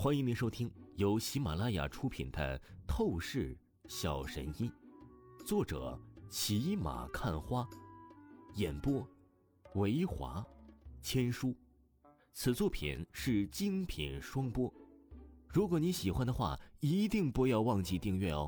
欢迎您收听由喜马拉雅出品的《透视小神医》，作者骑马看花，演播维华千书。此作品是精品双播。如果你喜欢的话，一定不要忘记订阅哦。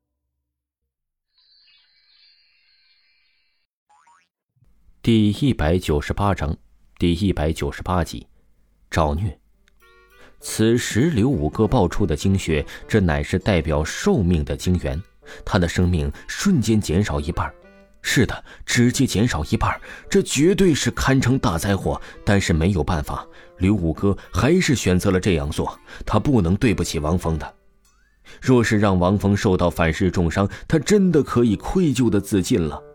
第198章，第198集，找虐。此时刘五哥爆出的精血，这乃是代表寿命的精元，他的生命瞬间减少一半。是的，直接减少一半，这绝对是堪称大灾祸。但是没有办法，刘五哥还是选择了这样做，他不能对不起王峰的。若是让王峰受到反噬重伤，他真的可以愧疚的自尽了。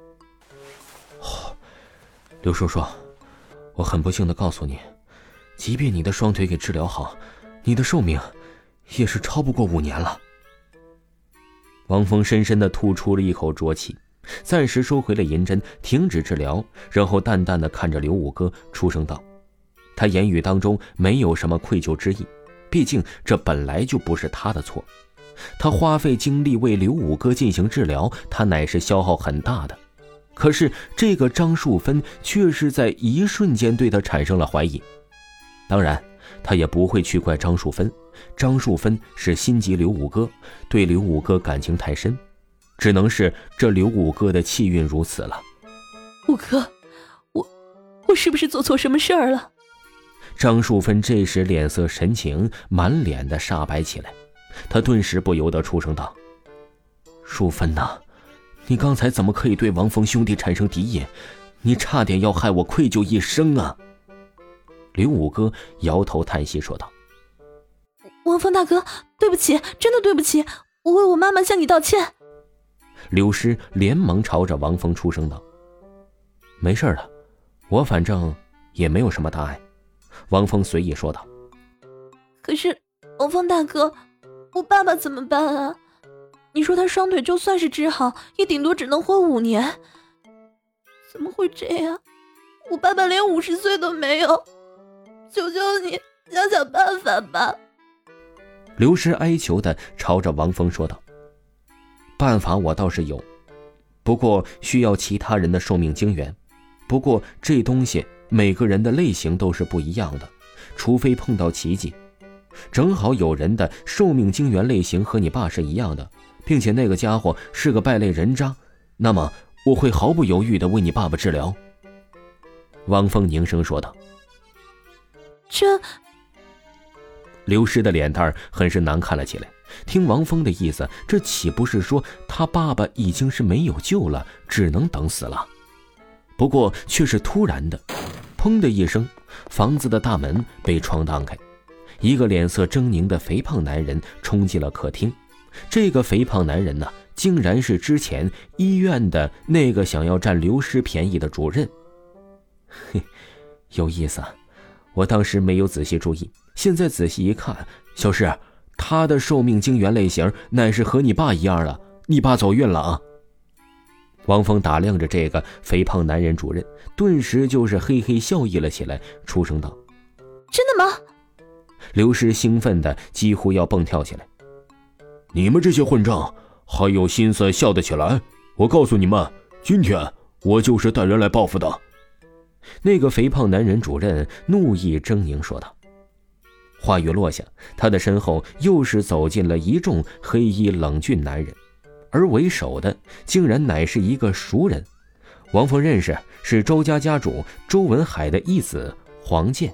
刘叔叔，我很不幸的告诉你，即便你的双腿给治疗好，你的寿命也是超不过5年了。王峰深深地吐出了一口浊气，暂时收回了银针，停止治疗，然后淡淡地看着刘五哥，出声道：他言语当中没有什么愧疚之意，毕竟这本来就不是他的错。他花费精力为刘五哥进行治疗，他乃是消耗很大的。可是这个张树芬却是在一瞬间对他产生了怀疑。当然他也不会去怪张树芬，张树芬是心急刘五哥，对刘五哥感情太深，只能是这刘五哥的气运如此了。 五哥，我是不是做错什么事儿了？ 张树芬这时脸色神情满脸的煞白起来，他顿时不由得出声道：树芬呐，你刚才怎么可以对王峰兄弟产生敌意？你差点要害我愧疚一生啊！刘五哥摇头叹息说道： 王峰大哥，对不起，真的对不起，我为我妈妈向你道歉。 刘师连忙朝着王峰出声道：没事的，我反正也没有什么大碍。王峰随意说道： 可是王峰大哥，我爸爸怎么办啊？你说他双腿就算是治好，也顶多只能活5年，怎么会这样？我爸爸连50岁都没有，求求你想想办法吧。 刘师哀求地朝着王峰说道：办法我倒是有，不过需要其他人的寿命精元，不过这东西每个人的类型都是不一样的，除非碰到奇迹。正好有人的寿命精元类型和你爸是一样的，并且那个家伙是个败类人渣，那么我会毫不犹豫地为你爸爸治疗。王峰凝声说道。 这…… 刘师的脸蛋很是难看了起来，听王峰的意思，这岂不是说他爸爸已经是没有救了，只能等死了？不过却是突然的，砰的一声，房子的大门被窗荡开，一个脸色狰狞的肥胖男人冲进了客厅。这个肥胖男人呢，竟然是之前医院的那个想要占刘师便宜的主任。嘿，有意思啊，我当时没有仔细注意，现在仔细一看，小师，他的寿命精元类型乃是和你爸一样了，你爸走运了啊！王峰打量着这个肥胖男人主任，顿时就是嘿嘿笑意了起来，出声道： 真的吗？ 刘师兴奋的几乎要蹦跳起来。你们这些混账还有心思笑得起来？我告诉你们，今天我就是带人来报复的。那个肥胖男人主任怒意狰狞说道。话语落下，他的身后又是走进了一众黑衣冷峻男人，而为首的竟然乃是一个熟人。王峰认识，是周家家主周文海的义子黄健。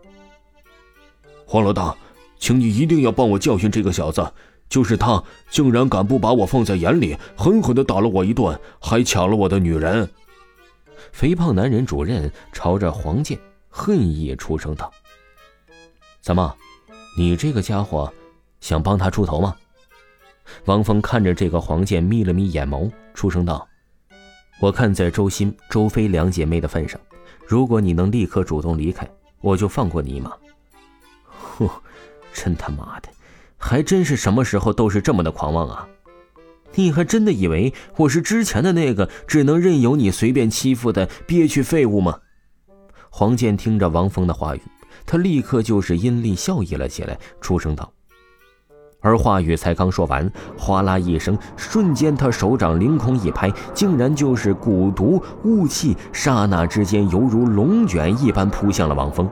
黄老大，请你一定要帮我教训这个小子，就是他竟然敢不把我放在眼里，狠狠地打了我一顿，还抢了我的女人。肥胖男人主任朝着黄健恨意出声道：怎么，你这个家伙想帮他出头吗？王峰看着这个黄健眯了眯眼眸，出声道：我看在周鑫、周飞两姐妹的份上，如果你能立刻主动离开，我就放过你一马。呼，真他妈的，还真是什么时候都是这么的狂妄啊！你还真的以为我是之前的那个只能任由你随便欺负的憋屈废物吗？黄健听着王峰的话语， 他立刻就是阴厉笑意了起来，出声道。而话语才刚说完，哗啦一声，瞬间他手掌凌空一拍，竟然就是蛊毒雾气，刹那之间犹如龙卷一般扑向了王峰。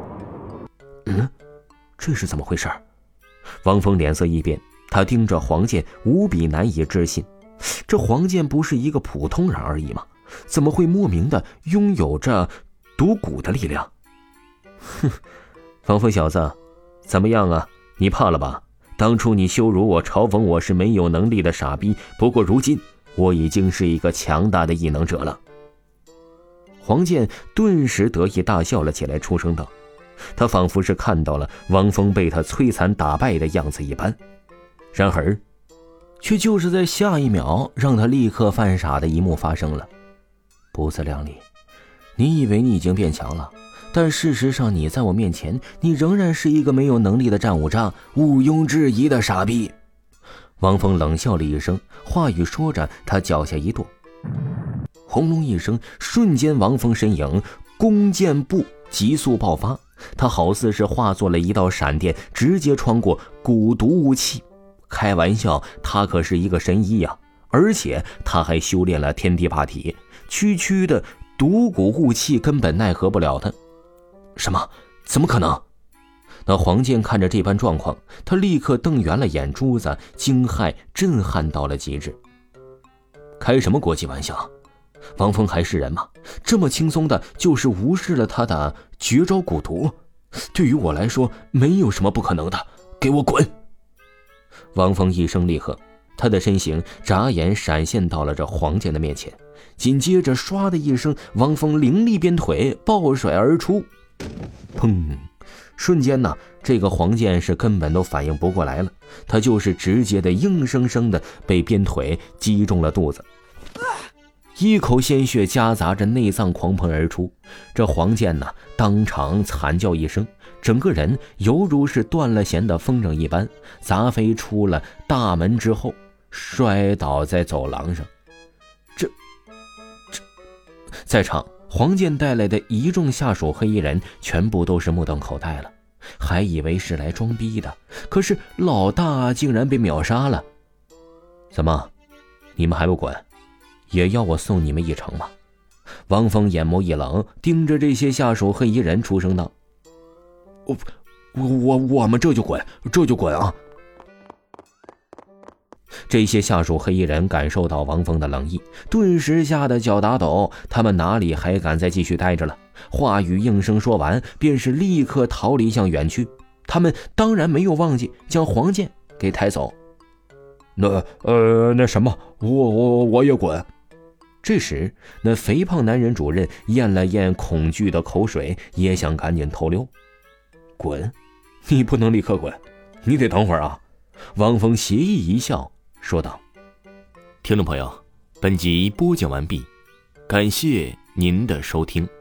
这是怎么回事？王峰脸色一变，他盯着黄健，无比难以置信。这黄健不是一个普通人而已吗？怎么会莫名的拥有着毒蛊的力量？王峰小子，怎么样啊？你怕了吧？当初你羞辱我、嘲讽我是没有能力的傻逼，不过如今我已经是一个强大的异能者了。黄健顿时得意大笑了起来，出声道。他仿佛是看到了王峰被他摧残打败的样子一般，然而却就是在下一秒，让他立刻犯傻的一幕发生了。不自量力，你以为你已经变强了，但事实上你在我面前，你仍然是一个没有能力的战五渣，毋庸置疑的傻逼。王峰冷笑了一声，话语说着，他脚下一跺，轰隆一声，瞬间王峰身影弓箭步急速爆发，他好似是化作了一道闪电，直接穿过蛊毒雾气。开玩笑，他可是一个神医呀，而且他还修炼了天地霸体，区区的毒蛊雾气根本奈何不了他。什么？怎么可能？那黄健看着这般状况，他立刻瞪圆了眼珠子，惊骇震撼到了极致。开什么国际玩笑？王峰还是人吗？这么轻松的就是无视了他的绝招蛊毒，对于我来说没有什么不可能的，给我滚！王峰一声厉喝，他的身形眨眼闪现到了这黄健的面前，紧接着唰的一声，王峰凌厉鞭腿爆甩而出，砰！瞬间呢，这个黄健是根本都反应不过来了，他就是直接的硬生生的被鞭腿击中了肚子，一口鲜血夹杂着内脏狂喷而出。这黄健呢，当场惨叫一声，整个人犹如是断了弦的风筝一般，砸飞出了大门之后，摔倒在走廊上。这在场黄健带来的一众下属黑衣人全部都是目瞪口呆了，还以为是来装逼的，可是老大竟然被秒杀了。怎么，你们还不滚？也要我送你们一程吗？王峰眼眸一冷，盯着这些下属黑衣人出声道：我们这就滚啊！这些下属黑衣人感受到王峰的冷意，顿时吓得脚打抖，他们哪里还敢再继续待着了？话语应声说完，便是立刻逃离向远去。他们当然没有忘记将黄健给抬走。那什么，我也滚。这时，那肥胖男人主任咽了咽恐惧的口水，也想赶紧偷溜。滚！你不能立刻滚，你得等会儿啊！王峰斜意一笑，说道。听众朋友，本集播讲完毕，感谢您的收听。